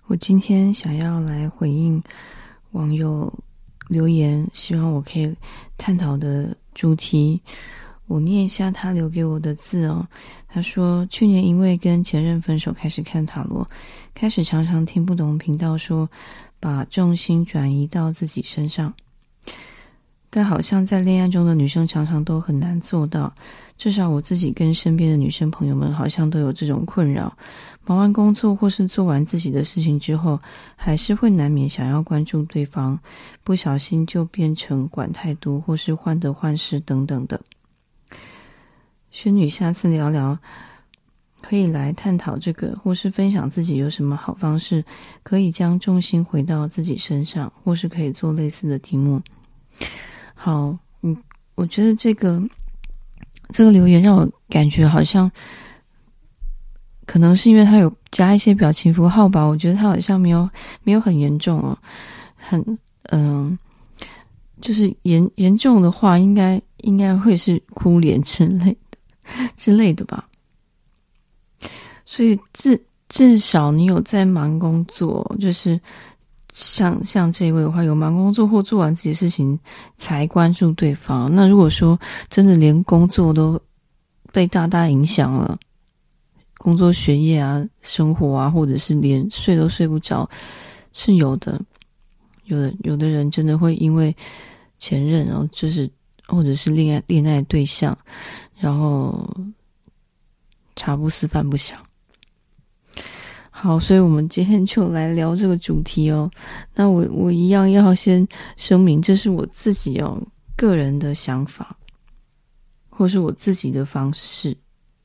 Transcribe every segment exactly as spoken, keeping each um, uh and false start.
我今天想要来回应网友留言，希望我可以探讨的主题。我念一下他留给我的字哦。他说，去年因为跟前任分手开始看塔罗，开始常常听不懂频道说把重心转移到自己身上，但好像在恋爱中的女生常常都很难做到，至少我自己跟身边的女生朋友们好像都有这种困扰。忙完工作或是做完自己的事情之后，还是会难免想要关注对方，不小心就变成管太多或是患得患失等等的。轩女下次聊聊，可以来探讨这个，或是分享自己有什么好方式可以将重心回到自己身上，或是可以做类似的题目。好，嗯，我觉得这个这个留言让我感觉好像可能是因为他有加一些表情符号吧，我觉得他好像没有没有很严重哦，很嗯、呃，就是严严重的话，应该应该会是哭脸之类的之类的吧。所以至至少你有在忙工作，就是像像这一位的话，有忙工作或做完自己的事情才关注对方。那如果说真的连工作都被大大影响了，工作、学业啊、生活啊，或者是连睡都睡不着，是有的。有的有的人真的会因为前任，然后就是或者是恋爱恋爱对象，然后茶不思饭不想。好，所以我们今天就来聊这个主题哦。那我我一样要先声明，这是我自己哦个人的想法，或是我自己的方式。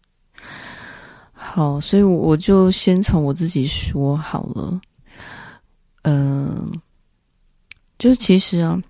好，所以我我就先从我自己说好了。嗯、呃，就是其实啊，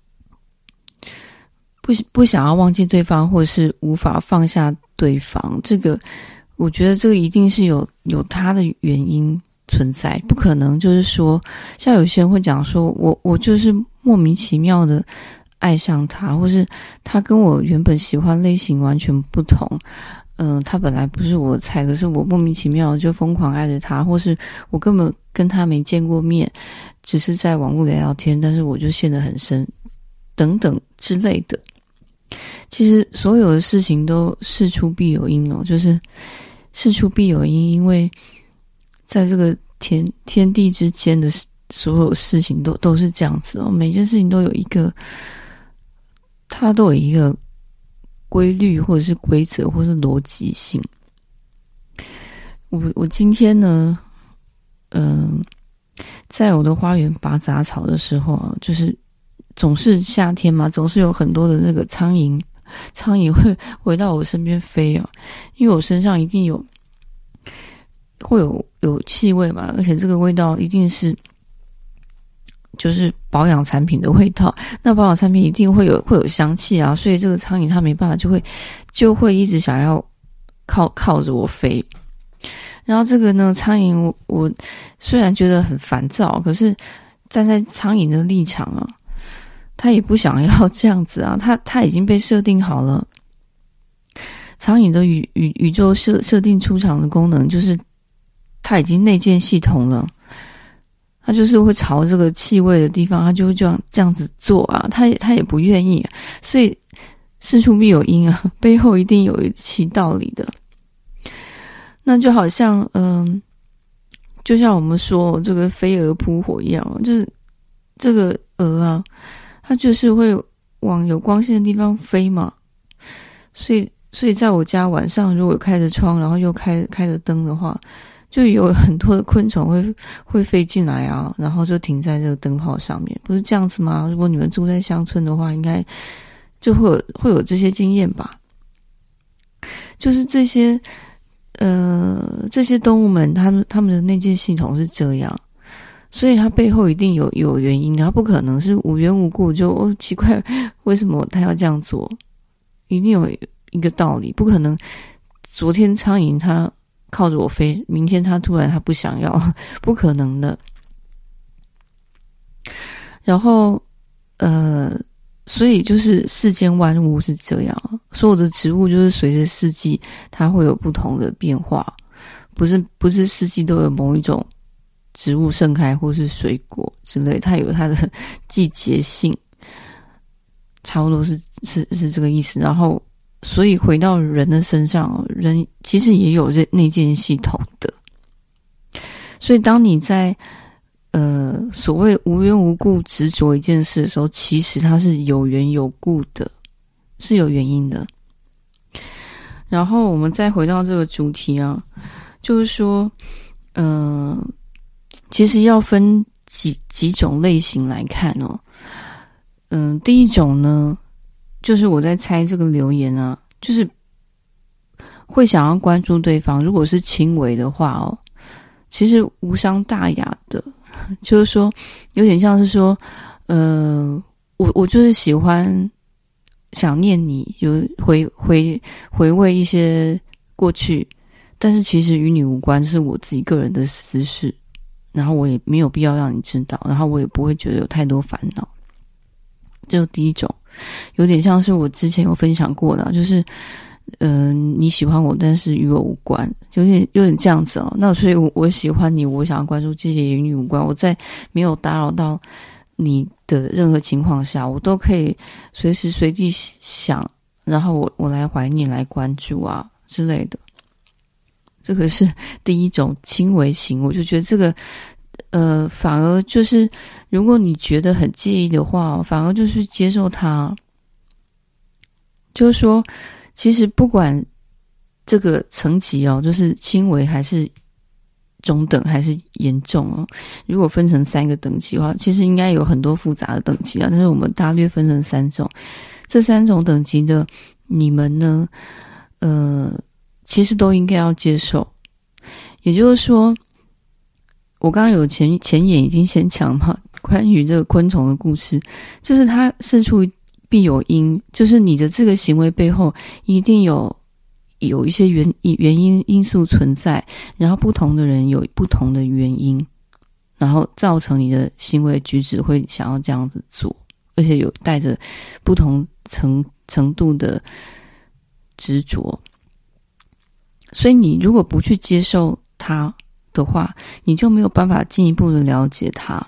不不想要忘记对方，或是无法放下对方，这个我觉得这个一定是有有他的原因存在，不可能就是说，像有些人会讲说，我我就是莫名其妙的爱上他，或是他跟我原本喜欢类型完全不同。嗯、呃，他本来不是我的菜，可是我莫名其妙就疯狂爱着他，或是我根本跟他没见过面，只是在网络里聊天，但是我就陷得很深，等等之类的。其实所有的事情都事出必有因哦，就是事出必有因，因为在这个天天地之间的所有事情都都是这样子哦，每件事情都有一个，它都有一个规律，或者是规则，或是逻辑性。我我今天呢，嗯、呃，在我的花园拔杂草的时候啊，就是总是夏天嘛，总是有很多的那个苍蝇，苍蝇会回到我身边飞啊，因为我身上一定有会有有气味嘛，而且这个味道一定是就是保养产品的味道，那保养产品一定会有会有香气啊，所以这个苍蝇它没办法，就会就会一直想要靠靠着我飞。然后这个呢，苍蝇我我虽然觉得很烦躁，可是站在苍蝇的立场啊，他也不想要这样子啊，他他已经被设定好了。苍蝇的宇宇宇宙设设定出场的功能就是它已经内建系统了。他就是会朝这个气味的地方，他就会这样这样子做啊，他也他也不愿意、啊，所以事出必有因啊，背后一定有其道理的。那就好像嗯，就像我们说这个飞蛾扑火一样，就是这个蛾啊，它就是会往有光线的地方飞嘛，所以所以在我家晚上如果开着窗，然后又开开着灯的话，就有很多的昆虫会会飞进来啊，然后就停在这个灯泡上面，不是这样子吗？如果你们住在乡村的话，应该就会有会有这些经验吧。就是这些呃这些动物们，他们他们的内建系统是这样，所以它背后一定有有原因，它不可能是无缘无故就哦奇怪为什么他要这样做，一定有一个道理，不可能昨天苍蝇它靠着我飞，明天他突然他不想要，不可能的。然后呃所以就是世间万物是这样，所有的植物就是随着四季它会有不同的变化，不是不是四季都有某一种植物盛开或是水果之类，它有它的季节性，差不多是是是这个意思。然后所以回到人的身上，人其实也有内建系统的。所以当你在呃所谓无缘无故执着一件事的时候，其实它是有缘有故的，是有原因的。然后我们再回到这个主题啊，就是说嗯、呃，其实要分几几种类型来看哦。嗯、呃，第一种呢，就是我在猜这个留言啊，就是会想要关注对方，如果是轻微的话哦，其实无伤大雅的，就是说有点像是说呃我我就是喜欢想念你，有回回回味一些过去，但是其实与你无关，是我自己个人的私事，然后我也没有必要让你知道，然后我也不会觉得有太多烦恼。这是第一种，有点像是我之前有分享过的，就是嗯、呃，你喜欢我，但是与我无关，有点有点这样子哦。那所以我，我喜欢你，我想要关注这些也与你无关。我在没有打扰到你的任何情况下，我都可以随时随地想，然后我我来怀念、来关注啊之类的。这个是第一种轻微型，我就觉得这个呃，反而就是如果你觉得很介意的话，反而就是接受它，就是说。其实不管这个层级哦，就是轻微还是中等还是严重哦，如果分成三个等级的话，其实应该有很多复杂的等级啊，但是我们大略分成三种。这三种等级的你们呢，呃，其实都应该要接受。也就是说，我刚刚有前前言已经先讲嘛，关于这个昆虫的故事，就是它是出于必有因，就是你的这个行为背后一定有有一些原原因因素存在，然后不同的人有不同的原因，然后造成你的行为举止会想要这样子做，而且有带着不同程程度的执着。所以你如果不去接受它的话，你就没有办法进一步的了解它。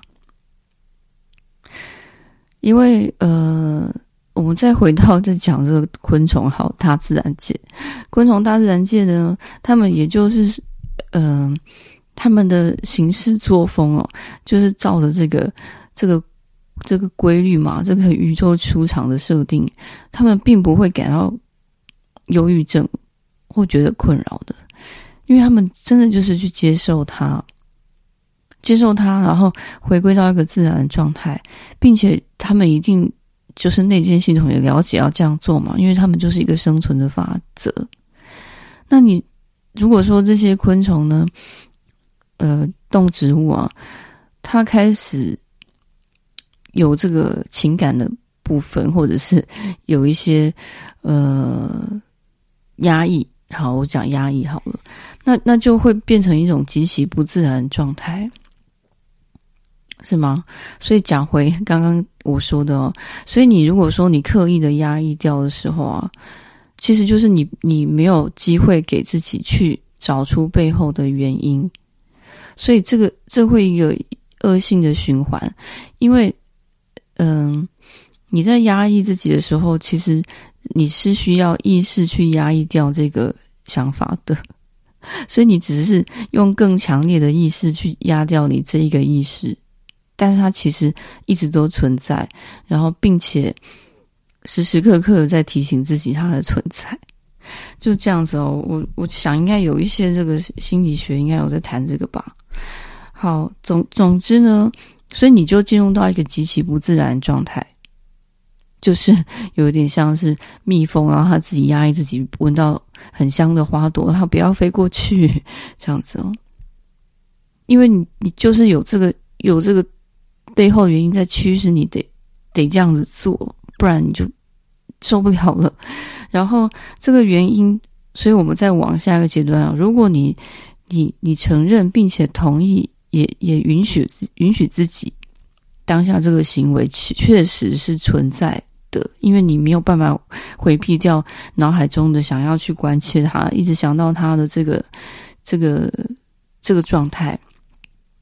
因为呃我们再回到再讲这个昆虫好大自然界，昆虫大自然界呢，他们也就是嗯、呃，他们的行事作风哦，就是照着这个这个这个规律嘛，这个宇宙出场的设定，他们并不会感到忧郁症或觉得困扰的，因为他们真的就是去接受它。接受它，然后回归到一个自然的状态，并且他们一定就是内建系统也了解要这样做嘛，因为他们就是一个生存的法则。那你如果说这些昆虫呢，呃，动植物啊，它开始有这个情感的部分，或者是有一些呃压抑，好，我讲压抑好了，那那就会变成一种极其不自然的状态。是吗？所以讲回刚刚我说的哦，所以你如果说你刻意的压抑掉的时候啊，其实就是你你没有机会给自己去找出背后的原因，所以这个这会一个恶性的循环，因为嗯，你在压抑自己的时候，其实你是需要意识去压抑掉这个想法的，所以你只是用更强烈的意识去压掉你这一个意识。但是它其实一直都存在，然后并且时时刻刻的在提醒自己它的存在，就这样子哦。我我想应该有一些这个心理学应该有在谈这个吧。好，总总之呢，所以你就进入到一个极其不自然的状态，就是有点像是蜜蜂，然后它自己压抑自己，闻到很香的花朵，它不要飞过去，这样子哦。因为你你就是有这个有这个。背后原因在驱使你得得这样子做，不然你就受不了了。然后这个原因，所以我们再往下一个阶段啊，如果你你你承认并且同意，也也允许允许自己当下这个行为确实是存在的，因为你没有办法回避掉脑海中的想要去关切它，一直想到它的这个这个这个状态。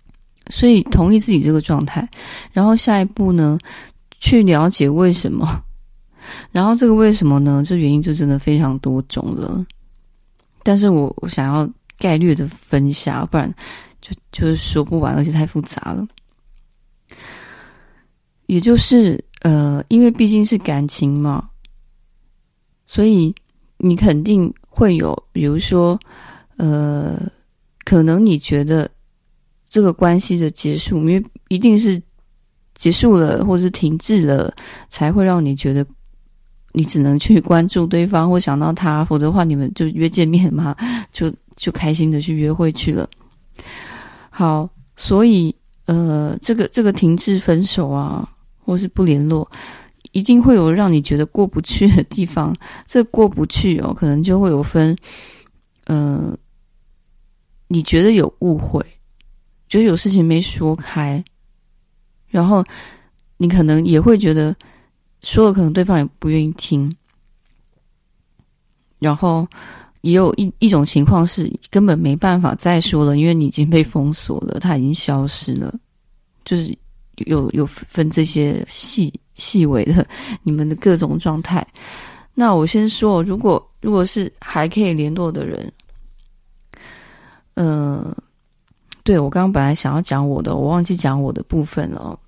所以同意自己这个状态，然后下一步呢，去了解为什么。然后这个为什么呢？这原因就真的非常多种了。但是我我想要概略的分享，不然就就是说不完，而且太复杂了。也就是呃，因为毕竟是感情嘛，所以你肯定会有，比如说呃，可能你觉得这个关系的结束，因为一定是结束了或是停滞了，才会让你觉得你只能去关注对方或想到他，否则的话你们就约见面嘛，就就开心的去约会去了。好，所以呃，这个这个停滞分手啊，或是不联络，一定会有让你觉得过不去的地方。这过不去哦，可能就会有分，呃，你觉得有误会，觉得有事情没说开，然后你可能也会觉得说了可能对方也不愿意听，然后也有一一种情况是根本没办法再说了，因为你已经被封锁了，它已经消失了，就是有有分这些细细微的你们的各种状态。那我先说，如果如果是还可以联络的人，呃，对，我刚刚本来想要讲我的，我忘记讲我的部分了。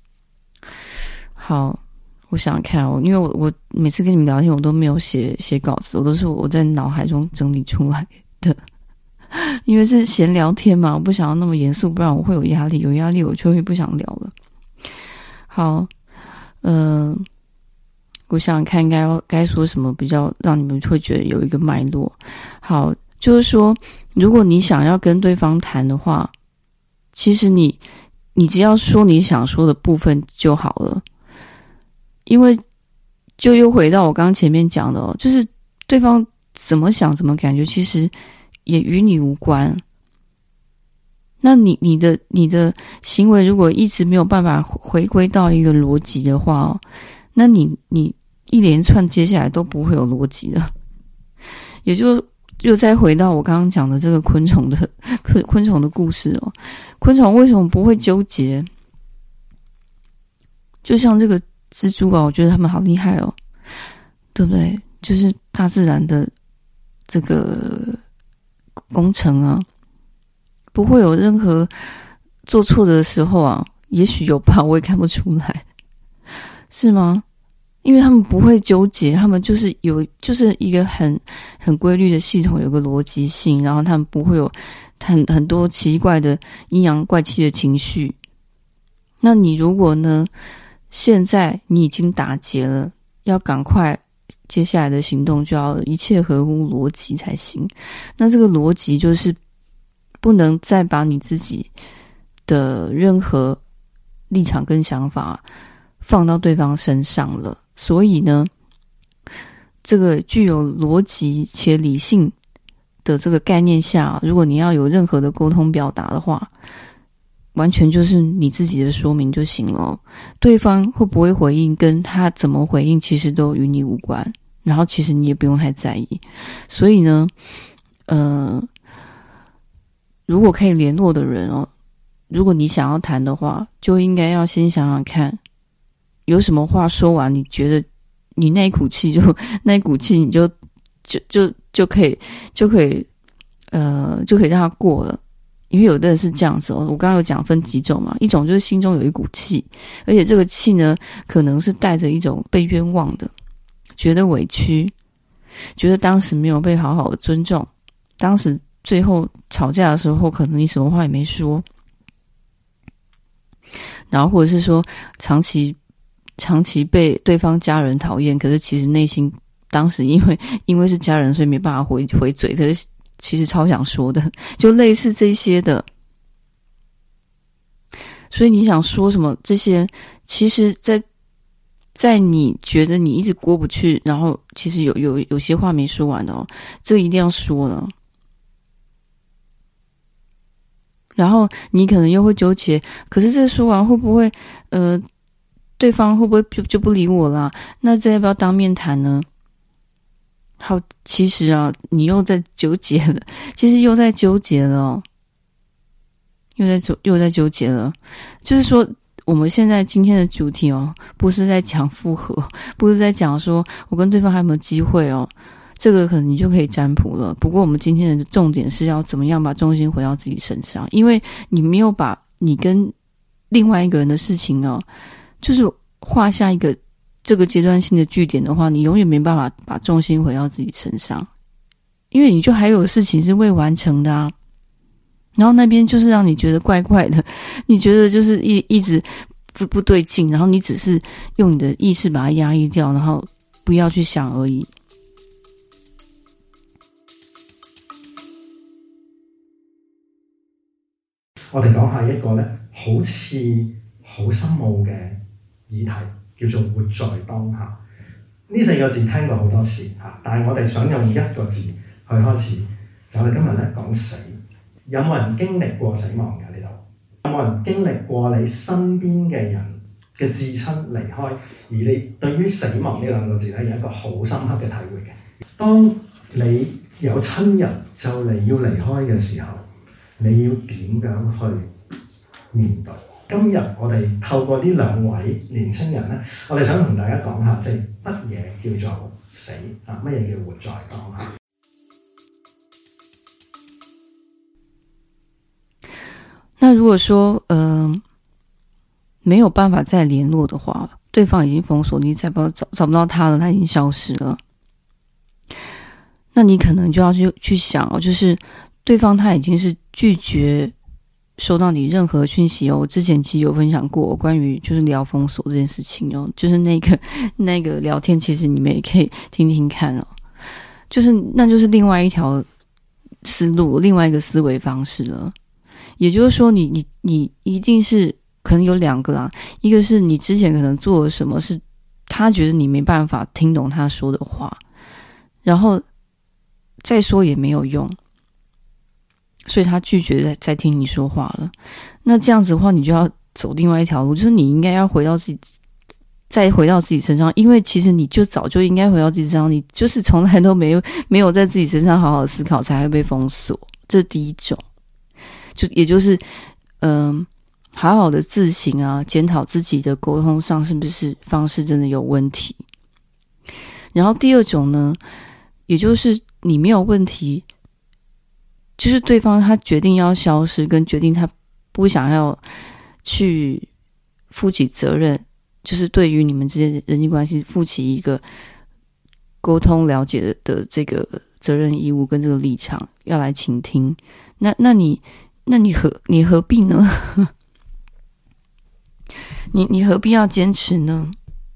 好，我想想看哦，因为我我每次跟你们聊天，我都没有写写稿子，我都是我在脑海中整理出来的。因为是闲聊天嘛，我不想要那么严肃，不然我会有压力，有压力我就会不想聊了。好，嗯、呃，我想想看应该该说什么比较让你们会觉得有一个脉络。好，就是说，如果你想要跟对方谈的话，其实你你只要说你想说的部分就好了。因为就又回到我刚刚前面讲的哦，就是对方怎么想怎么感觉，其实也与你无关。那你你的你的行为如果一直没有办法回归到一个逻辑的话哦，那你你一连串接下来都不会有逻辑的。也就又再回到我刚刚讲的这个昆虫的昆昆虫的故事哦，昆虫为什么不会纠结？就像这个蜘蛛啊，我觉得他们好厉害哦，对不对？就是大自然的这个工程啊，不会有任何做错的时候啊，也许有吧，我也看不出来，是吗？因为他们不会纠结，他们就是有就是一个很很规律的系统，有个逻辑性，然后他们不会有很很多奇怪的阴阳怪气的情绪。那你如果呢，现在你已经打结了，要赶快接下来的行动就要一切合乎逻辑才行。那这个逻辑就是不能再把你自己的任何立场跟想法放到对方身上了。所以呢，这个具有逻辑且理性的这个概念下，如果你要有任何的沟通表达的话，完全就是你自己的说明就行了。对方会不会回应跟他怎么回应其实都与你无关，然后其实你也不用太在意。所以呢呃，如果可以联络的人哦，如果你想要谈的话，就应该要先想想看有什么话说完，你觉得你那一股气就那一股气你就就就就可以就可以呃就可以让它过了。因为有的人是这样子哦，我刚刚有讲分几种嘛，一种就是心中有一股气，而且这个气呢，可能是带着一种被冤枉的，觉得委屈，觉得当时没有被好好的尊重，当时最后吵架的时候，可能你什么话也没说，然后或者是说长期长期被对方家人讨厌，可是其实内心当时因为因为是家人，所以没办法回回嘴，可是其实超想说的，就类似这些的。所以你想说什么这些，其实在在你觉得你一直过不去，然后其实有有有些话没说完的哦，这一定要说了。然后你可能又会纠结，可是这个说完会不会呃对方会不会就就不理我啦？那这要不要当面谈呢？好，其实啊，你又在纠结了，其实又在纠结了哦。 又在纠又在纠结了。就是说我们现在今天的主题哦，不是在讲复合，不是在讲说我跟对方还有没有机会哦，这个可能你就可以占卜了。不过我们今天的重点是要怎么样把重心回到自己身上，因为你没有把你跟另外一个人的事情哦，就是画下一个这个阶段性的句点的话，你永远没办法把重心回到自己身上，因为你就还有事情是未完成的啊。然后那边就是让你觉得怪怪的，你觉得就是一一直不不对劲，然后你只是用你的意识把它压抑掉，然后不要去想而已。 我哋講下一個咧，好似好深奧嘅議題，叫做活在當下。呢四個字聽過好多次嚇，但係我哋想用一個字去開始，就我哋今日咧講死。有冇人經歷過死亡㗎？呢度有冇人經歷過你身邊嘅人嘅至親離開，而你對於死亡呢兩個字咧有一個好深刻嘅體會嘅？當你有親人就嚟要離開嘅時候，你要點樣去面對？今日我哋透過呢兩位年青人咧，我哋想同大家講下，即係乜嘢叫做死啊？乜嘢叫活在當下？ 那如果說嗯、呃、沒有辦法再聯絡的話，對方已經封鎖，你再不找找不到他了，他已經消失了，那你可能就要去去想哦，就是對方他已經是拒絕收到你任何訊息哦。我之前其實有分享過關於就是聊封鎖這件事情哦，就是那個那個聊天，其實你們也可以聽聽看哦，就是那就是另外一條思路，另外一個思維方式了。也就是說你你你一定是可能有兩個啦，一個是你之前可能做了什麼是他覺得你沒辦法聽懂他說的話，然後再說也沒有用，所以他拒絕再再聽你說話了。那這樣子的話你就要走另外一條路，就是你應該要回到自己，再回到自己身上，因為其實你就早就應該回到自己身上，你就是從來都沒有沒有在自己身上好好思考，才會被封鎖。這是第一種，就也就是嗯、呃，好好的自省啊，檢討自己的溝通上是不是方式真的有問題。然後第二種呢，也就是你沒有問題，就是對方他決定要消失，跟決定他不想要去負起責任，就是對於你們之間人際關係負起一個溝通了解 的, 的這個責任義務跟這個立場，要來傾聽。那那你那你何你何必呢？你你何必要堅持呢？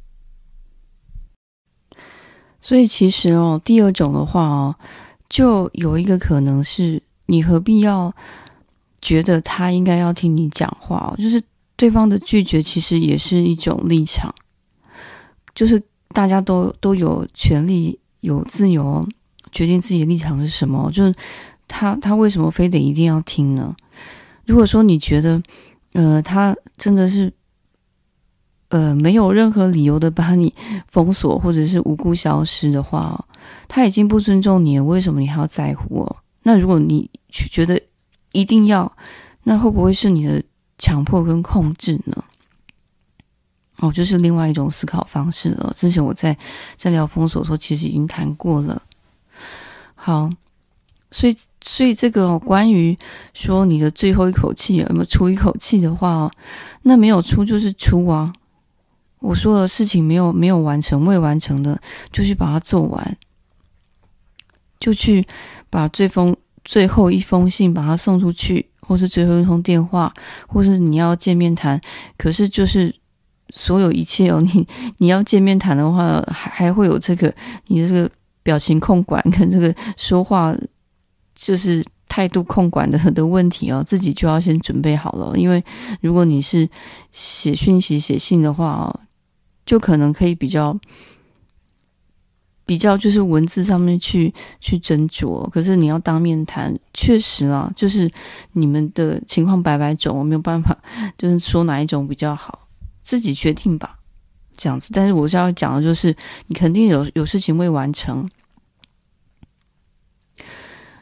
所以其實哦，第二種的話哦，就有一個可能是你何必要覺得他應該要聽你講話哦，就是對方的拒絕其實也是一種立場，就是大家都都有權利有自由決定自己的立場是什麼，就是他他為什麼非得一定要聽呢？如果說你覺得呃他真的是呃沒有任何理由的把你封鎖或者是無故消失的話，他已經不尊重你了，為什麼你還要在乎哦？那如果你覺得一定要，那會不會是你的強迫跟控制呢？哦，就是另外一種思考方式了。之前我在在聊封鎖的時候其實已經談過了。好，所以所以這個、哦、關於說你的最後一口氣有沒有出一口氣的話哦，那沒有出就是出啊。我說的事情沒有沒有完成未完成的，就去把它做完，就去把最封最後一封信把它送出去，或是最後一通電話，或是你要見面談，可是就是所有一切哦，你你要見面談的話，還還會有這個你的這個表情控管跟這個說話就是態度控管的的問題哦，自己就要先準備好了。因為如果你是寫訊息寫信的話哦，就可能可以比較比較就是文字上面去去斟酌，可是你要當面談，確實啦，就是你們的情況百百種，我沒有辦法就是說哪一種比較好，自己決定吧，這樣子。但是我是要講的就是你肯定有有事情未完成，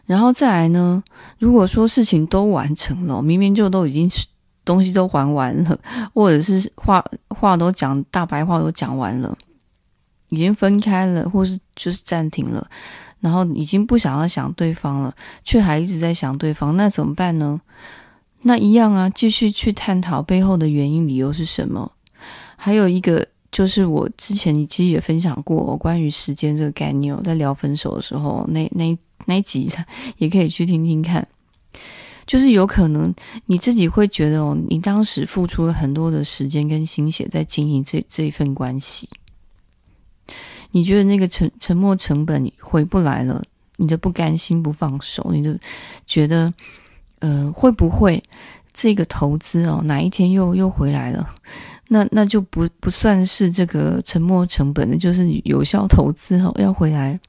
然后再来呢，如果说事情都完成了，明明就都已经东西都还完了，或者是话话都讲大白话都讲完了，已经分开了，或是就是暂停了，然后已经不想要想对方了，却还一直在想对方，那怎么办呢？那一样啊，继续去探讨背后的原因理由是什么。还有一个就是我之前其实也分享过关于时间这个概念，在聊分手的时候那那那一集也可以去听听看。就是有可能你自己会觉得哦，你当时付出了很多的时间跟心血在经营这这一份关系，你觉得那个沉沉没成本回不来了，你的不甘心不放手，你的觉得呃会不会这个投资哦哪一天又又回来了，那那就不不算是这个沉没成本的，就是有效投资哦要回来，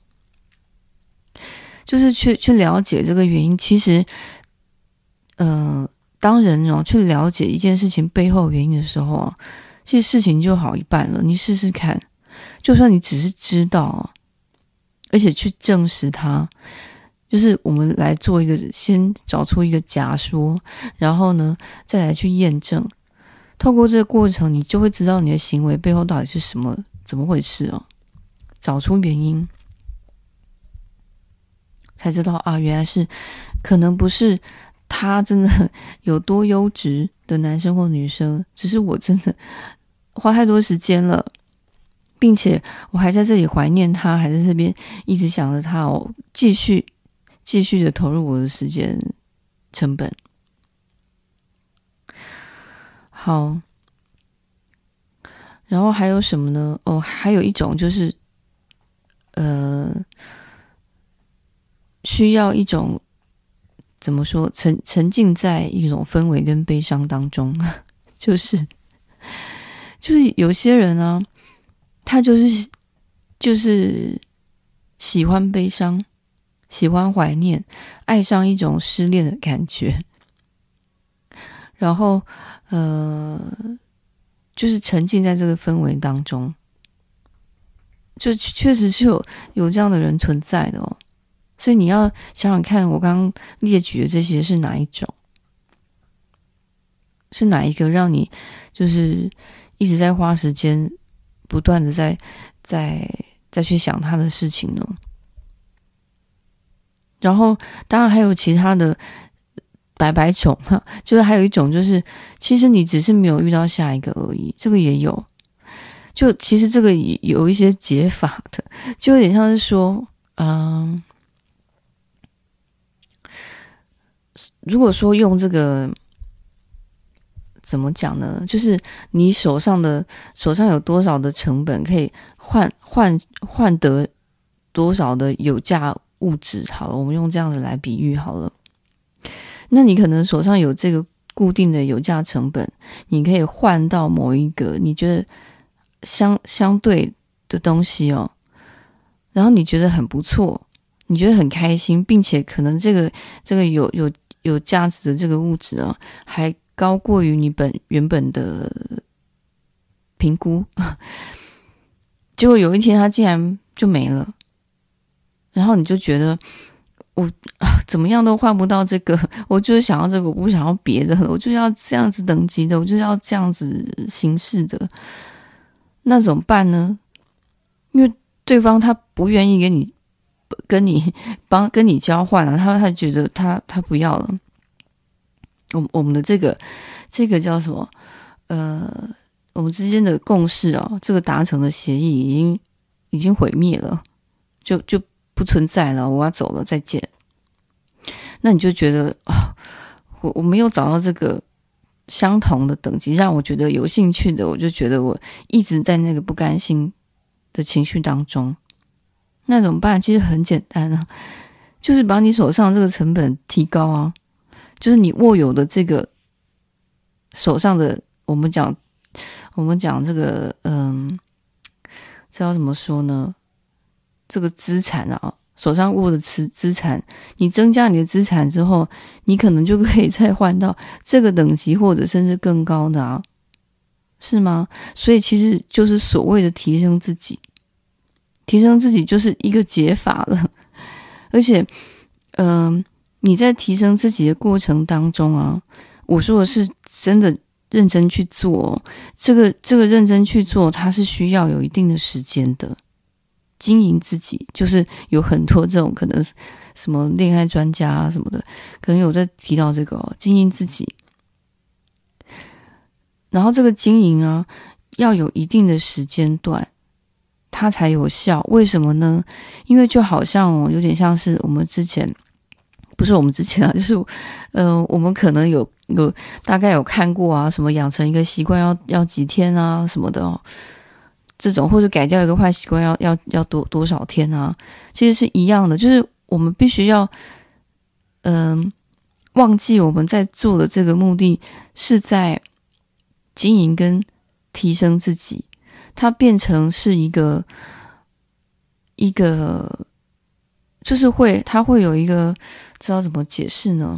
就是去去了解这个原因。其实呃当人哦去了解一件事情背后原因的时候啊，其实事情就好一半了。你试试看，就算你只是知道啊，而且去证实它，就是我们来做一个先找出一个假说，然后呢再来去验证，透过这个过程你就会知道你的行为背后到底是什么怎么回事哦，找出原因才知道啊，原来是可能不是他真的有多优质的男生或女生，只是我真的花太多时间了，并且我还在这里怀念他，还在这边一直想着他哦，继续继续的投入我的时间成本。好，然后还有什么呢？哦，还有一种就是呃需要一种怎么说沉沉浸在一种氛围跟悲伤当中，就是就是有些人啊，他就是就是喜欢悲伤，喜欢怀念，爱上一种失恋的感觉，然后呃就是沉浸在这个氛围当中，就确实是有有这样的人存在的哦。所以你要想想看，我刚刚列举的这些是哪一种？是哪一个让你就是一直在花时间，不断的在在再去想他的事情呢？然后当然还有其他的百百种哈，就是还有一种就是其实你只是没有遇到下一个而已，这个也有。就其实这个也有一些解法的，就有点像是说嗯。如果说用这个怎么讲呢？就是你手上的手上有多少的成本可以换换换得多少的有价物质好了，我们用这样子来比喻好了。那你可能手上有这个固定的有价成本，你可以换到某一个你觉得相相对的东西哦，然后你觉得很不错，你觉得很开心，并且可能这个这个有有有价值的这个物质啊，还高过于你本原本的评估，结果有一天它竟然就没了，然后你就觉得我、啊、怎么样都换不到这个，我就是想要这个，我不想要别的了，我就要这样子等级的，我就要这样子形式的，那怎么办呢？因为对方他不愿意给你跟你帮跟你交换了、啊，他他觉得他他不要了。我我们的这个这个叫什么？呃，我们之间的共识啊，这个达成的协议已经已经毁灭了，就就不存在了。我要走了，再见。那你就觉得啊、哦，我我没有找到这个相同的等级，让我觉得有兴趣的，我就觉得我一直在那个不甘心的情绪当中。那怎么办？其实很简单啊，就是把你手上这个成本提高啊，就是你握有的这个手上的，我们讲我们讲这个嗯，这要怎么说呢？这个资产啊，手上握的资资产，你增加你的资产之后，你可能就可以再换到这个等级或者甚至更高的啊，是吗？所以其实就是所谓的提升自己。提升自己就是一个解法了，而且嗯、呃，你在提升自己的过程当中啊，我说的是真的认真去做，这个这个认真去做，它是需要有一定的时间的。经营自己，就是有很多这种可能什么恋爱专家啊什么的，可能有在提到这个哦，经营自己。然后这个经营啊，要有一定的时间段，它才有效。为什么呢？因为就好像哦，有点像是我们之前，不是我们之前啊，就是呃，我们可能有有大概有看过啊，什么养成一个习惯要要几天啊什么的哦。这种或者改掉一个坏习惯要要要多多少天啊？其实是一样的，就是我们必须要，嗯、呃，忘记我们在做的这个目的是在经营跟提升自己，它变成是一个一个，就是会它会有一个，知道怎么解释呢？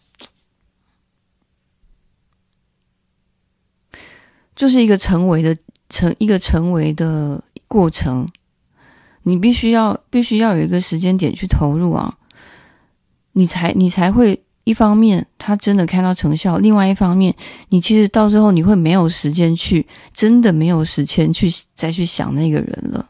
就是一个成为的。成一个成为的过程，你必须要必须要有一个时间点去投入啊，你才你才会一方面他真的看到成效，另外一方面你其实到最后你会没有时间去真的没有时间去再去想那个人了，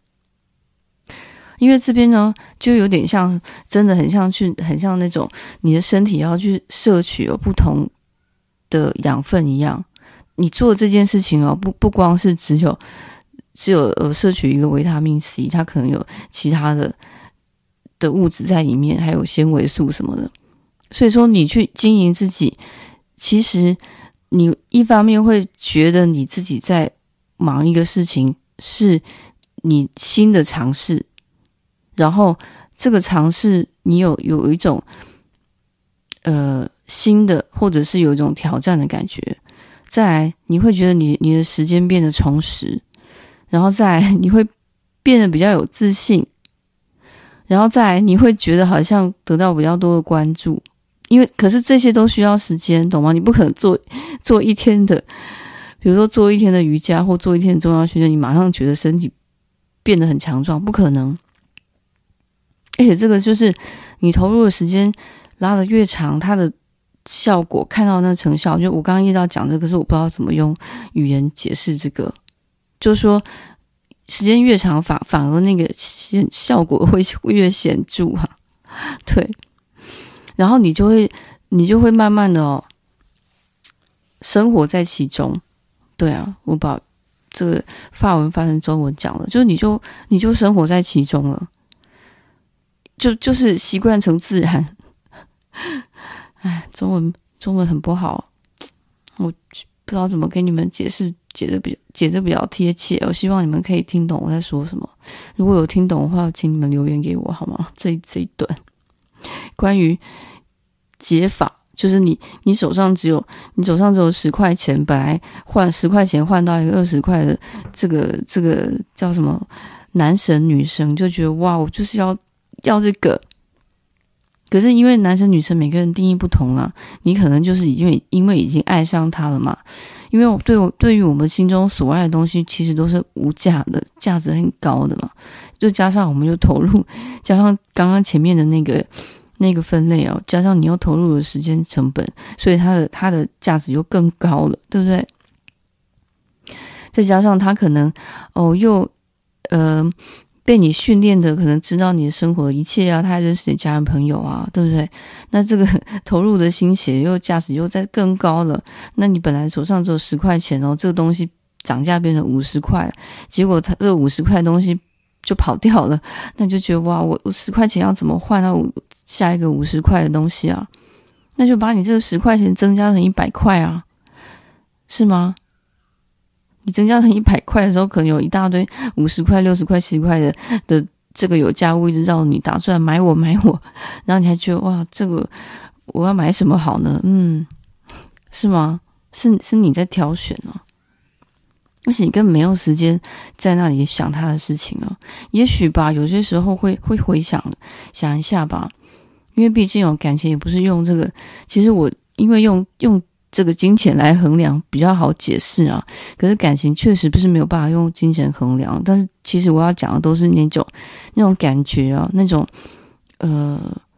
因为这边呢就有点像真的很像去很像那种你的身体要去摄取有不同的养分一样。你做这件事情哦，不不光是只有只有呃摄取一个维他命 C， 它可能有其他的的物质在里面，还有纤维素什么的。所以说，你去经营自己，其实你一方面会觉得你自己在忙一个事情，是你新的尝试，然后这个尝试你有有一种呃新的，或者是有一种挑战的感觉。再来你会觉得你你的时间变得充实，然后再来你会变得比较有自信，然后再来你会觉得好像得到比较多的关注，因为可是这些都需要时间，懂吗？你不可能做做一天的，比如说做一天的瑜伽或做一天的重要训练，你马上觉得身体变得很强壮，不可能。而且这个就是你投入的时间拉得越长，它的效果看到那成效，就我刚刚一直要讲这个，可是我不知道怎么用语言解释这个，就是说时间越长反反而那个效果会越显著啊，对，然后你就会你就会慢慢的哦生活在其中，对啊，我把这个法文翻成中文讲了，就是你就你就生活在其中了，就就是习惯成自然。哎，中文中文很不好，我不知道怎么给你们解释，解得比较解得比较贴切。我希望你们可以听懂我在说什么。如果有听懂的话，请你们留言给我好吗？这这一段关于解法，就是你你手上只有你手上只有十块钱，本来换十块钱换到一个二十块的，这个这个叫什么男神女神，就觉得哇，我就是要要这个。可是因为男生女生每个人定义不同啦，你可能就是因为因为已经爱上他了嘛，因为对我对于我们心中所爱的东西其实都是无价的，价值很高的嘛，就加上我们又投入，加上刚刚前面的那个那个分类哦，加上你又投入的时间成本，所以它的它的价值又更高了，对不对？再加上他可能哦又呃被你训练的可能知道你的生活的一切啊，他还认识你家人朋友啊，对不对？那这个投入的心血又价值又再更高了，那你本来手上只有十块钱哦，这个东西涨价变成五十块，结果他这个五十块的东西就跑掉了，那你就觉得哇，我我十块钱要怎么换到下一个五十块的东西啊？那就把你这个十块钱增加成一百块啊，是吗？你增加成一百块的时候，可能有一大堆五十块、六十块、七十块的的这个有价物一直绕你打出来买我买我，然后你还觉得哇，这个我要买什么好呢？嗯，是吗？是是你在挑选啊，而且你根本没有时间在那里想他的事情啊。也许吧，有些时候会会回想想一下吧，因为毕竟有感情也不是用这个。其实我因为用用。这个金钱来衡量比较好解释啊，可是感情确实不是没有办法用金钱衡量，但是其实我要讲的都是那种那种感觉啊，那种呃，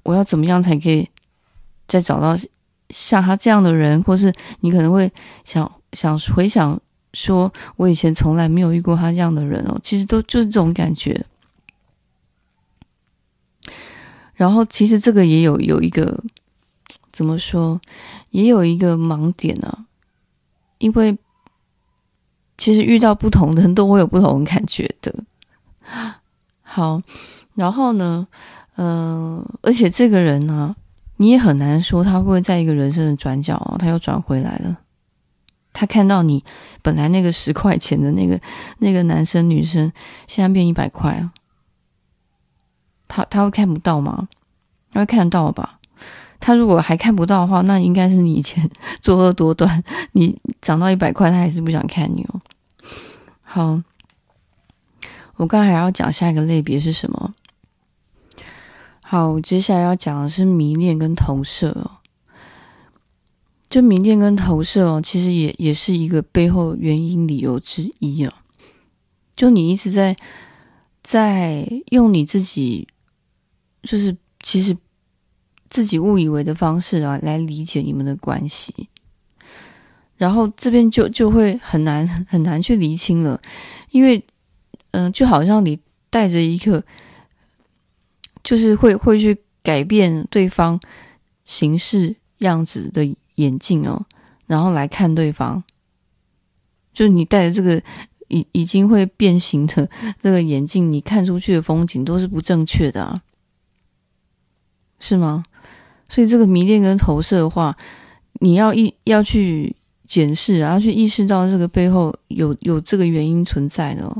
我要怎么样才可以再找到像他这样的人，或是你可能会想想回想说，我以前从来没有遇过他这样的人哦，其实都就是这种感觉。然后其实这个也有有一个怎么说，也有一个盲点啊，因为其实遇到不同的人都会有不同的感觉的。好，然后呢，呃，而且这个人呢，你也很难说他会在一个人生的转角哦，他又转回来了。他看到你本来那个十块钱的那个那个男生女生，现在变一百块啊，他他会看不到吗？他会看得到吧？他如果还看不到的话，那应该是你以前作恶多端，你涨到一百块，他还是不想看你哦。好，我刚才还要讲下一个类别是什么？好，接下来要讲的是迷恋跟投射哦。就迷恋跟投射哦，其实也也是一个背后原因理由之一哦。就你一直在在用你自己，就是其实自己误以为的方式啊，来理解你们的关系，然后这边就就会很难很难去厘清了，因为嗯、呃，就好像你带着一个，就是会会去改变对方形式样子的眼镜哦，然后来看对方，就是你戴着这个已已经会变形的这个眼镜，你看出去的风景都是不正确的啊，是吗？所以这个迷恋跟投射的话，你要意要去检视啊，要去意识到这个背后有有这个原因存在的哦，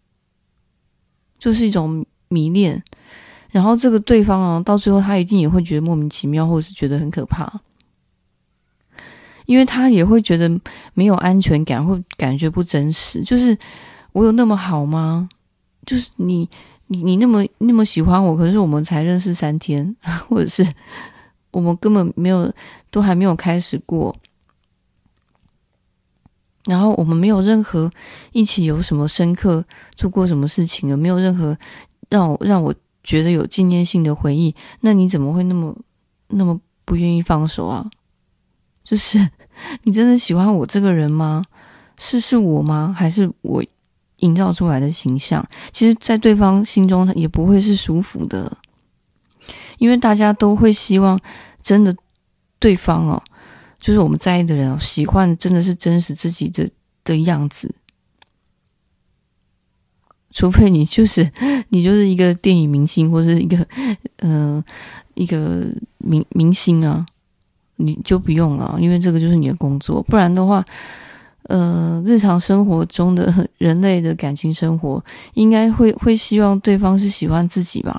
就是一种迷恋，然后这个对方啊，到最后他一定也会觉得莫名其妙，或者是觉得很可怕。因为他也会觉得没有安全感，或感觉不真实。就是我有那么好吗？就是你你你那么那么喜欢我，可是我们才认识三天，或者是我们根本没有，都还没有开始过，然后我们没有任何一起有什么深刻做过什么事情了，没有任何让我让我觉得有纪念性的回忆，那你怎么会那么那么不愿意放手啊？就是你真的喜欢我这个人吗？是是我吗？还是我营造出来的形象？其实在对方心中也不会是舒服的，因为大家都会希望真的对方哦，就是我们在意的人哦，喜欢的真的是真实自己的的样子，除非你就是你就是一个电影明星或是一个嗯、呃、一个明明星啊，你就不用了，因为这个就是你的工作。不然的话，呃，日常生活中的人类的感情生活，应该会会希望对方是喜欢自己吧，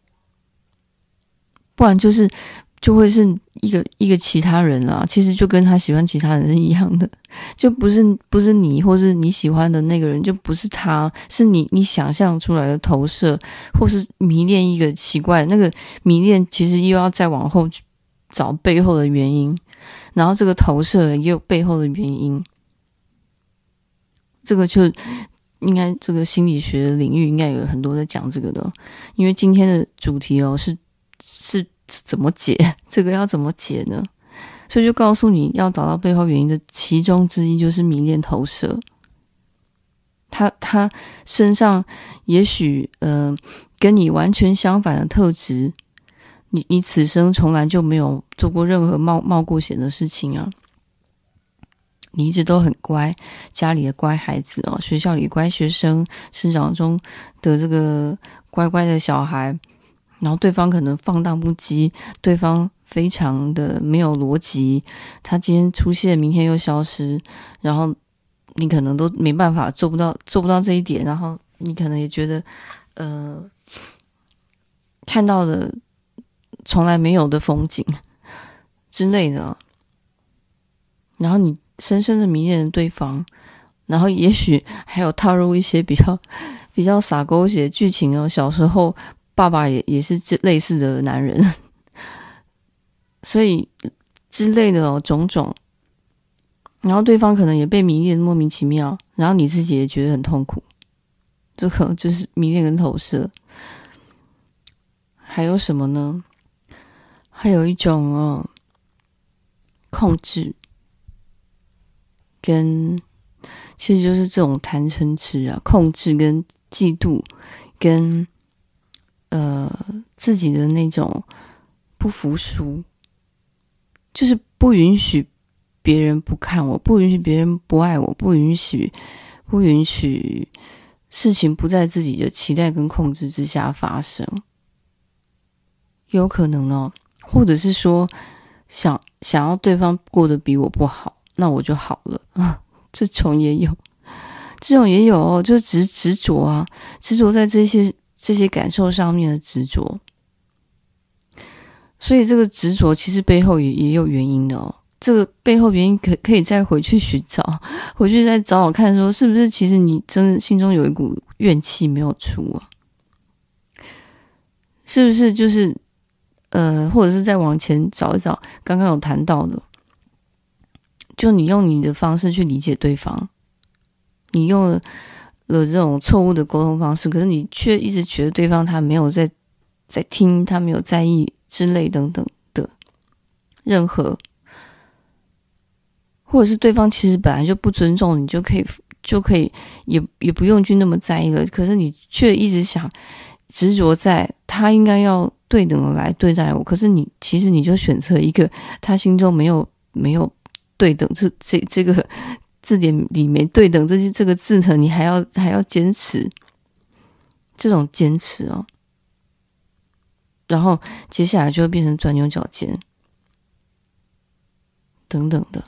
不然就是就会是一个一个其他人啦。其实就跟他喜欢其他人是一样的，就不是不是你或是你喜欢的那个人，就不是他，是你你想象出来的投射，或是迷恋一个奇怪的那个迷恋，其实又要再往后找背后的原因，然后这个投射也有背后的原因，这个就应该这个心理学的领域应该有很多在讲这个的，因为今天的主题哦是是怎么解，这个要怎么解呢？所以就告诉你要找到背后原因的其中之一就是迷恋投射，他他身上也许呃跟你完全相反的特质。你你此生从来就没有做过任何冒冒过险的事情啊！你一直都很乖，家里的乖孩子哦，学校里乖学生，市长中的这个乖乖的小孩，然后对方可能放荡不羁，对方非常的没有逻辑，他今天出现，明天又消失，然后你可能都没办法做不到做不到这一点，然后你可能也觉得呃看到的从来没有的风景之类的，然后你深深的迷恋对方，然后也许还有套入一些比较比较洒狗血的剧情哦。小时候爸爸也也是类似的男人，所以之类的哦种种，然后对方可能也被迷恋莫名其妙，然后你自己也觉得很痛苦，这个就是迷恋跟投射。还有什么呢？ 还有一种哦，控制，跟其实就是这种贪嗔痴啊，控制跟嫉妒，跟呃自己的那种不服输，就是不允许别人不看我，不允许别人不爱我，不允许不允许事情不在自己的期待跟控制之下发生，有可能哦，或者是说想想要对方过得比我不好，那我就好了啊，这种也有，这种也有哦，就执执着啊，执着在这些这些感受上面的执着，所以这个执着其实背后也也有原因的哦。这个背后原因可可以再回去寻找，回去再找找看，说是不是其实你真的心中有一股怨气没有出啊？是不是就是呃，或者是再往前找一找，刚刚有谈到的，就你用你的方式去理解对方，你用了了这种错误的沟通方式，可是你却一直觉得对方他没有在在听，他没有在意之类等等的任何。或者是对方其实本来就不尊重你，就可以就可以也也不用去那么在意了，可是你却一直想执着在他应该要对等的来对待我，可是你其实你就选择一个他心中没有没有对等这这这个字典里没对等这些这个字呢，你还要还要坚持这种坚持哦，然后接下来就会变成钻牛角尖等等的。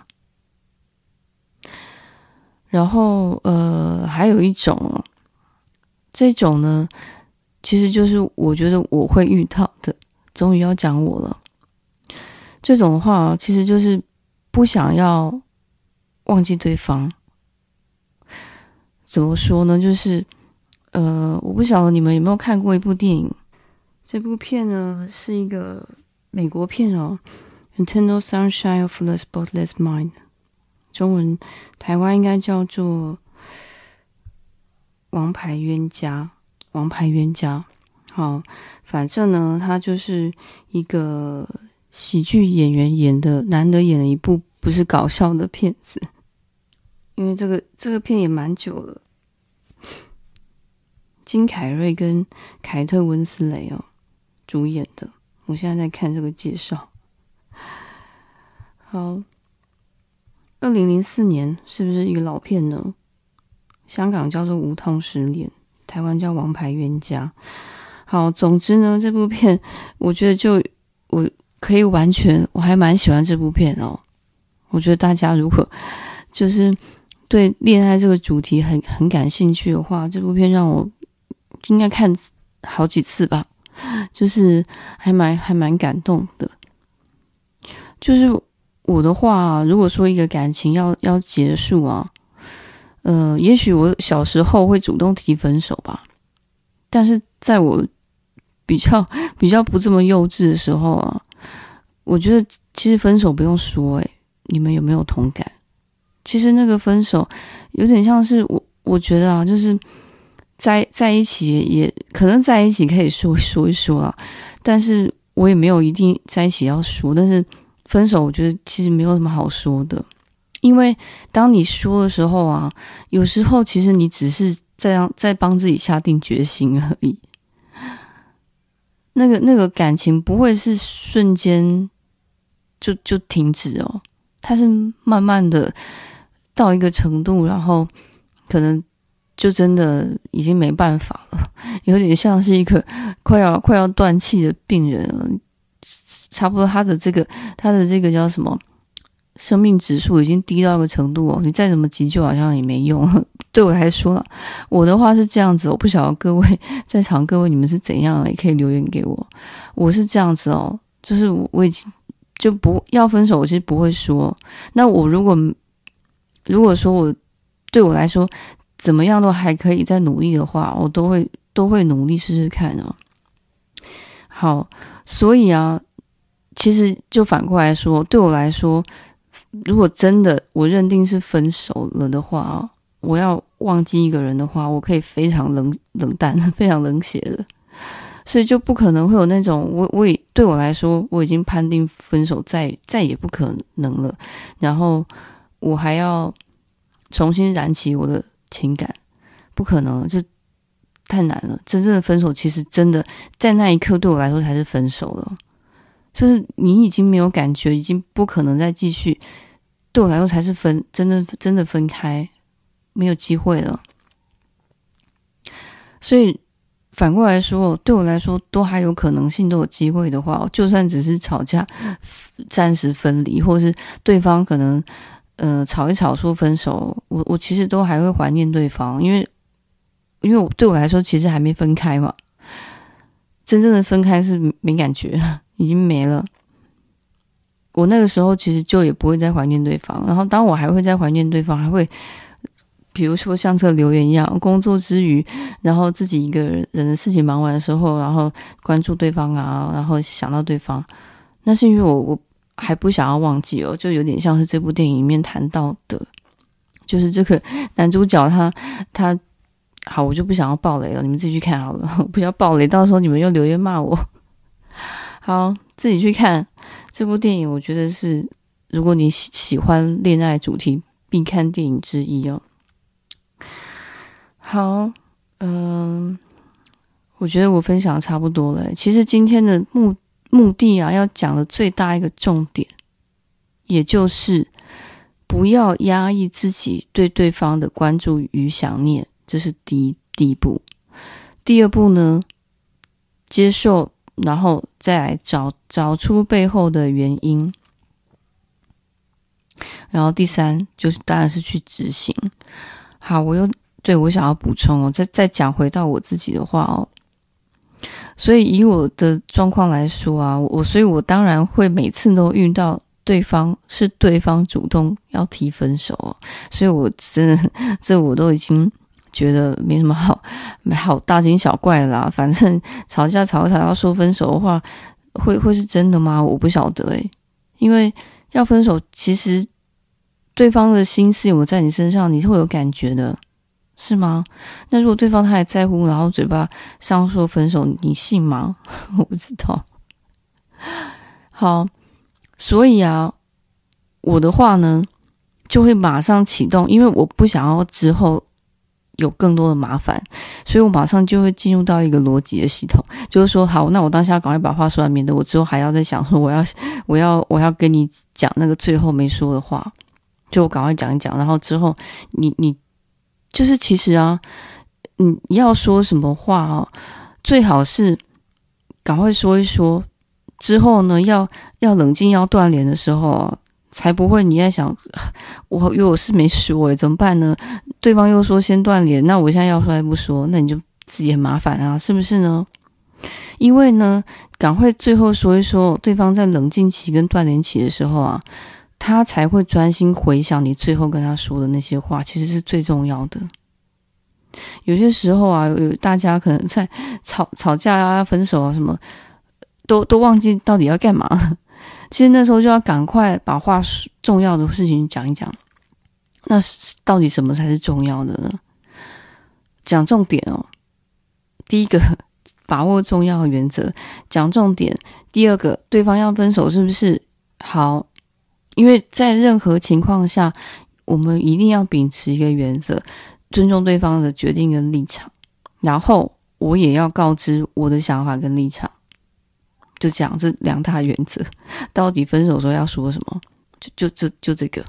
然后呃，还有一种，这种呢，其实就是我觉得我会遇到的，终于要讲我了。这种的话，其实就是不想要忘记对方。怎么说呢？就是呃，我不晓得你们有没有看过一部电影。这部片呢是一个美国片哦，《Eternal Sunshine of the Spotless Mind》。中文台湾应该叫做王牌冤家，王牌冤家。好，反正呢，他就是一个喜剧演员演的，难得演了一部不是搞笑的片子，因为这个这个片也蛮久了。金凯瑞跟凯特温斯雷哦主演的，我现在在看这个介绍。好。二零零四年是不是一个老片呢？香港叫做《无痛失恋》，台湾叫《王牌冤家》。好，总之呢，这部片我觉得就我可以完全，我还蛮喜欢这部片哦。我觉得大家如果就是对恋爱这个主题很很感兴趣的话，这部片让我应该看好几次吧，就是还蛮还蛮感动的，就是。我的话，如果说一个感情要要结束啊，呃，也许我小时候会主动提分手吧，但是在我比较比较不这么幼稚的时候啊，我觉得其实分手不用说，诶，你们有没有同感？其实那个分手有点像是我，我觉得啊，就是在在一起也，也可能在一起可以说说一说啊，但是我也没有一定在一起要说，但是。分手我觉得其实没有什么好说的，因为当你说的时候啊，有时候其实你只是在让在帮自己下定决心而已。那个那个感情不会是瞬间就就停止哦，它是慢慢的到一个程度，然后可能就真的已经没办法了，有点像是一个快要快要断气的病人了。差不多他的这个他的这个叫什么生命指数已经低到一个程度哦，你再怎么急救好像也没用。对我来说啦，我的话是这样子，我不晓得各位在场各位你们是怎样，也可以留言给我。我是这样子哦，就是我已经就不要分手，我其实不会说。那我如果如果说我对我来说怎么样都还可以再努力的话，我都会都会努力试试看哦。好。所以啊，其实就反过来说，对我来说，如果真的我认定是分手了的话啊，我要忘记一个人的话，我可以非常冷冷淡、非常冷血的。 所以就不可能会有那种我我也对我来说我已经判定分手再再也不可能了，然后我还要重新燃起我的情感，不可能，就太难了。真正的分手其实真的在那一刻对我来说才是分手了，就是你已经没有感觉，已经不可能再继续，对我来说才是分真的真的分开，没有机会了。所以反过来说，对我来说都还有可能性，都有机会的话，就算只是吵架暂时分离，或是对方可能呃吵一吵说分手，我我其实都还会怀念对方，因为因为我对我来说其实还没分开嘛，真正的分开是没感觉，已经没了。我那个时候其实就也不会再怀念对方，然后当我还会再怀念对方，还会比如说像这个留言一样，工作之余，然后自己一个人的事情忙完的时候，然后关注对方啊，然后想到对方，那是因为我我还不想要忘记哦，就有点像是这部电影里面谈到的，就是这个男主角他他好，我就不想要爆雷了，你们自己去看好了，我不要爆雷，到时候你们又留言骂我。好，自己去看这部电影，我觉得是如果你喜喜欢恋爱主题必看电影之一哦。好，嗯、呃，我觉得我分享的差不多了。其实今天的目目的啊，要讲的最大一个重点，也就是不要压抑自己对对方的关注与想念，这是第一第一步。第二步呢，接受，然后再来找找出背后的原因。然后第三就是当然是去执行。好，我又对我想要补充哦，再再讲回到我自己的话哦。所以以我的状况来说啊，我所以我当然会每次都遇到对方是对方主动要提分手哦，所以我真的这我都已经觉得没什么好好大惊小怪啦。反正吵架吵一吵要说分手的话，会会是真的吗？我不晓得诶，因为要分手，其实对方的心思有没有在你身上，你是会有感觉的，是吗？那如果对方他还在乎，然后嘴巴上说分手，你信吗？我不知道。好，所以啊，我的话呢，就会马上启动，因为我不想要之后有更多的麻烦，所以我马上就会进入到一个逻辑的系统，就是说，好，那我当下赶快把话说完，免得我之后还要再想说，我要，我要，我要跟你讲那个最后没说的话，就我赶快讲一讲，然后之后你你就是其实啊，你要说什么话啊，最好是赶快说一说，之后呢，要要冷静要断联的时候啊，才不会你在想，我因为我是没说诶，怎么办呢？对方又说先断联，那我现在要说还不说，那你就自己很麻烦啊，是不是呢？因为呢，赶快最后说一说，对方在冷静期跟断联期的时候啊，他才会专心回想你最后跟他说的那些话，其实是最重要的。有些时候啊，有大家可能在吵吵架啊、分手啊什么，都都忘记到底要干嘛了。其实那时候就要赶快把话重要的事情讲一讲。那到底什么才是重要的呢？讲重点哦。第一个，把握重要的原则，讲重点。第二个，对方要分手是不是？好，因为在任何情况下，我们一定要秉持一个原则，尊重对方的决定跟立场。然后我也要告知我的想法跟立场。就讲这两大原则，到底分手的时候要说什么？就就就就这个。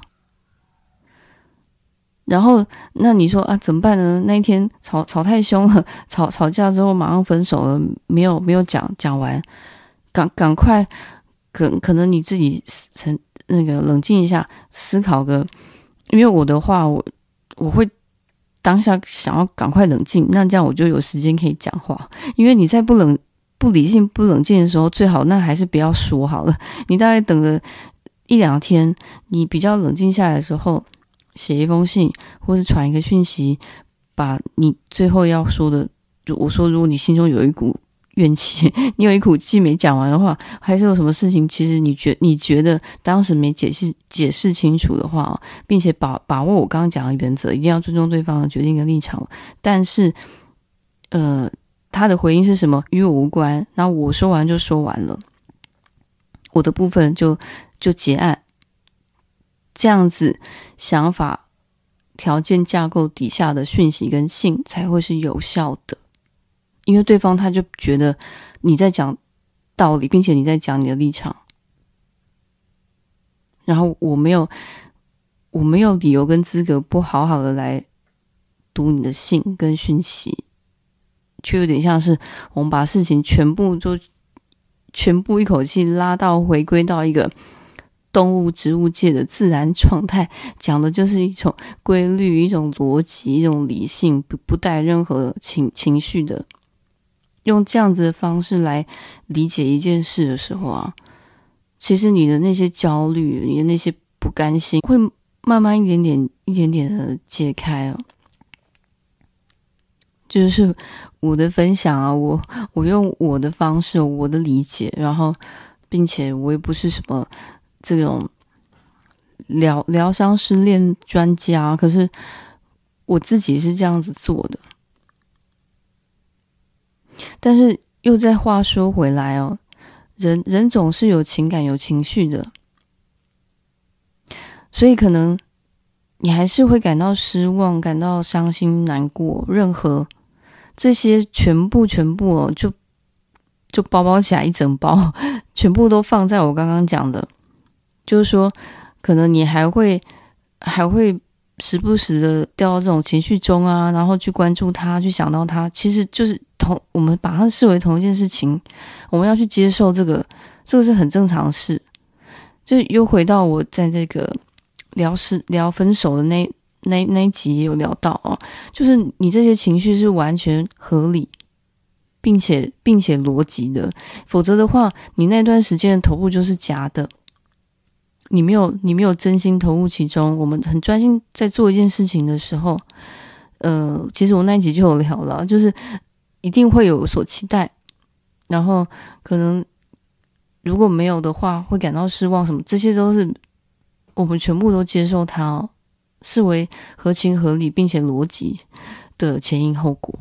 然后，那你说啊，怎么办呢？那一天吵吵太凶了，吵吵架之后马上分手了，没有没有讲讲完，赶赶快，可可能你自己沉那个冷静一下，思考个，因为我的话，我我会当下想要赶快冷静，那这样我就有时间可以讲话，因为你在不冷。不理性不冷静的时候，最好那还是不要说好了。你大概等个一两天，你比较冷静下来的时候，写一封信或是传一个讯息，把你最后要说的，就我说，如果你心中有一股怨气，你有一股气没讲完的话，还是有什么事情，其实你觉你觉得当时没解释解释清楚的话，并且把把握我刚刚讲的原则，一定要尊重对方的决定跟立场。但是，呃。 他的回应是什么与我无关，然后我说完就说完了，我的部分就就结案。这样子想法条件架构底下的讯息跟信才会是有效的，因为对方他就觉得你在讲道理，并且你在讲你的立场，然后我没有我没有理由跟资格不好好的来读你的信跟讯息，却有点像是我们把事情全部就全部一口气拉到回归到一个动物植物界的自然状态，讲的就是一种规律，一种逻辑，一种理性，不不带任何情情绪的，用这样子的方式来理解一件事的时候啊，其实你的那些焦虑，你的那些不甘心会慢慢一点点一点点的解开啊。就是我的分享啊，我我用我的方式，我的理解，然后并且我也不是什么这种疗疗伤失恋专家，可是我自己是这样子做的。但是又再话说回来哦，人人总是有情感有情绪的，所以可能你还是会感到失望，感到伤心难过，任何这些全部全部哦，就就包包起来一整包，全部都放在我刚刚讲的，就是说可能你还会还会时不时的掉到这种情绪中啊，然后去关注它，去想到它，其实就是同我们把它视为同一件事情，我们要去接受这个，这个是很正常的事。就又回到我在这个聊失聊分手的那那那一集也有聊到哦，就是你这些情绪是完全合理，并且并且逻辑的，否则的话，你那段时间的投入就是假的。你没有你没有真心投入其中，我们很专心在做一件事情的时候，呃，其实我那一集就有聊了，就是一定会有所期待，然后可能如果没有的话，会感到失望什么，这些都是我们全部都接受它哦，视为合情合理并且逻辑的前因后果。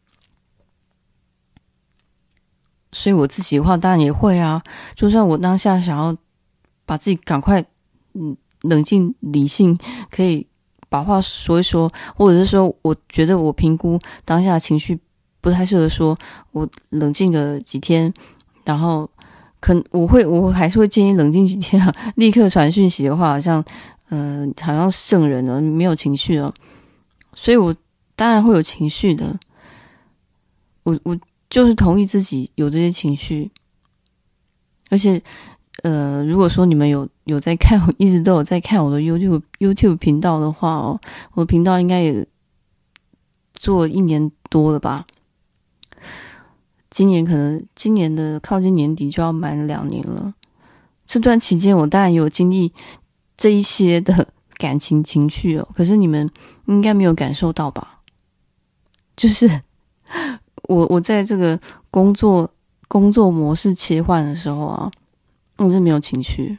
所以我自己的话，当然也会啊，就算我当下想要把自己赶快嗯冷静理性，可以把话说一说，或者是说我觉得我评估当下情绪不太适合说，我冷静个几天，然后可我会我还是会建议冷静几天啊，立刻传讯息的话好像呃好像圣人了，没有情绪了，所以我当然会有情绪的，我我就是同意自己有这些情绪，而且呃，如果说你们有有在看，我一直都有在看我的 YouTube YouTube 频道的话哦，我的频道应该也做一年多了吧。今年可能今年的靠近年底就要满两年了。这段期间，我当然有经历这一些的感情情绪哦，可是你们应该没有感受到吧？就是我我在这个工作工作模式切换的时候啊。我是没有情绪，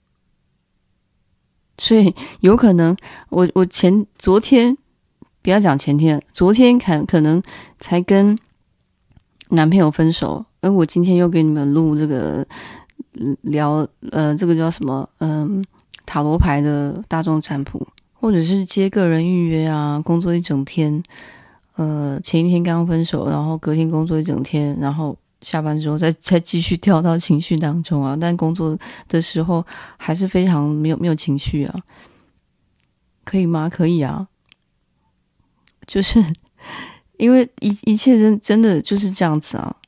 所以有可能我我前昨天不要讲前天，昨天可可能才跟男朋友分手，而我今天又给你们录这个聊呃这个叫什么嗯、呃、塔罗牌的大众占卜，或者是接个人预约啊，工作一整天，呃前一天刚分手，然后隔天工作一整天，然后下班之后再再继续跳到情绪当中啊，但工作的时候还是非常没有没有情绪啊，可以吗？可以啊，就是因为一一切真真的就是这样子啊，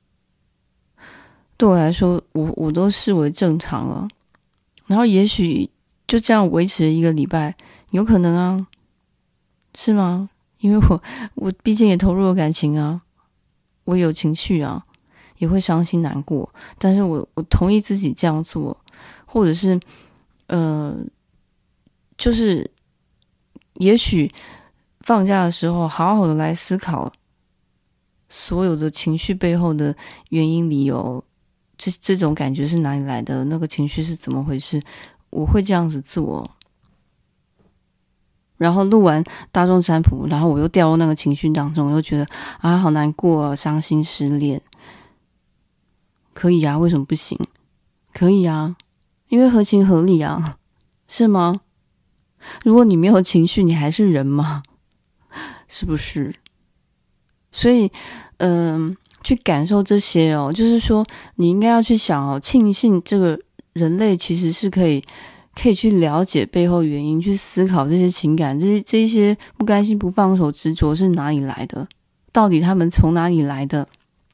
对我来说，我我都视为正常了，然后也许就这样维持一个礼拜，有可能啊，是吗？因为我我毕竟也投入了感情啊，我有情绪啊。也会伤心难过，但是我我同意自己这样做，或者是呃，就是也许放假的时候好好的来思考所有的情绪背后的原因理由，这这种感觉是哪里来的，那个情绪是怎么回事，我会这样子做。 然后录完大众占卜，然后我又掉入那个情绪当中，我又觉得啊好难过啊，伤心失恋。可以啊，为什么不行？可以啊，因为合情合理啊，是吗？如果你没有情绪，你还是人吗？是不是？所以嗯、呃，去感受这些哦，就是说你应该要去想哦，庆幸这个人类其实是可以可以去了解背后原因，去思考这些情感，这些这一些不甘心不放手执着是哪里来的，到底他们从哪里来的。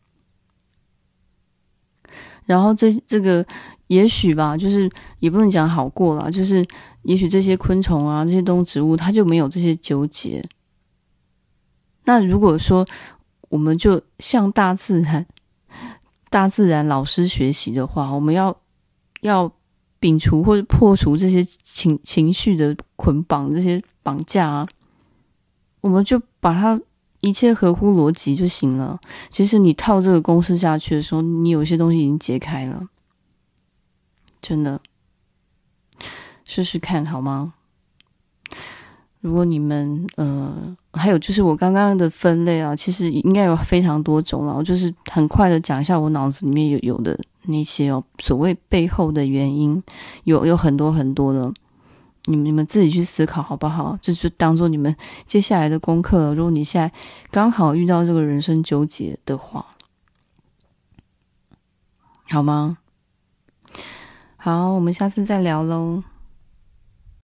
然后这这个也许吧，就是也不能讲好过啦，就是也许这些昆虫啊，这些动植物它就没有这些纠结。那如果说我们就向大自然大自然老师学习的话，我们要要摒除或者破除这些情情绪的捆绑，这些绑架啊，我们就把它一切合乎逻辑就行了。其实你套这个公式下去的时候，你有些东西已经解开了，真的试试看好吗？如果你们呃，还有就是我刚刚的分类啊，其实应该有非常多种了。我就是很快的讲一下我脑子里面有有的那些哦，所谓背后的原因，有有很多很多的，你们你们自己去思考好不好？这就当做你们接下来的功课。如果你现在刚好遇到这个人生纠结的话，好吗？好，我们下次再聊咯。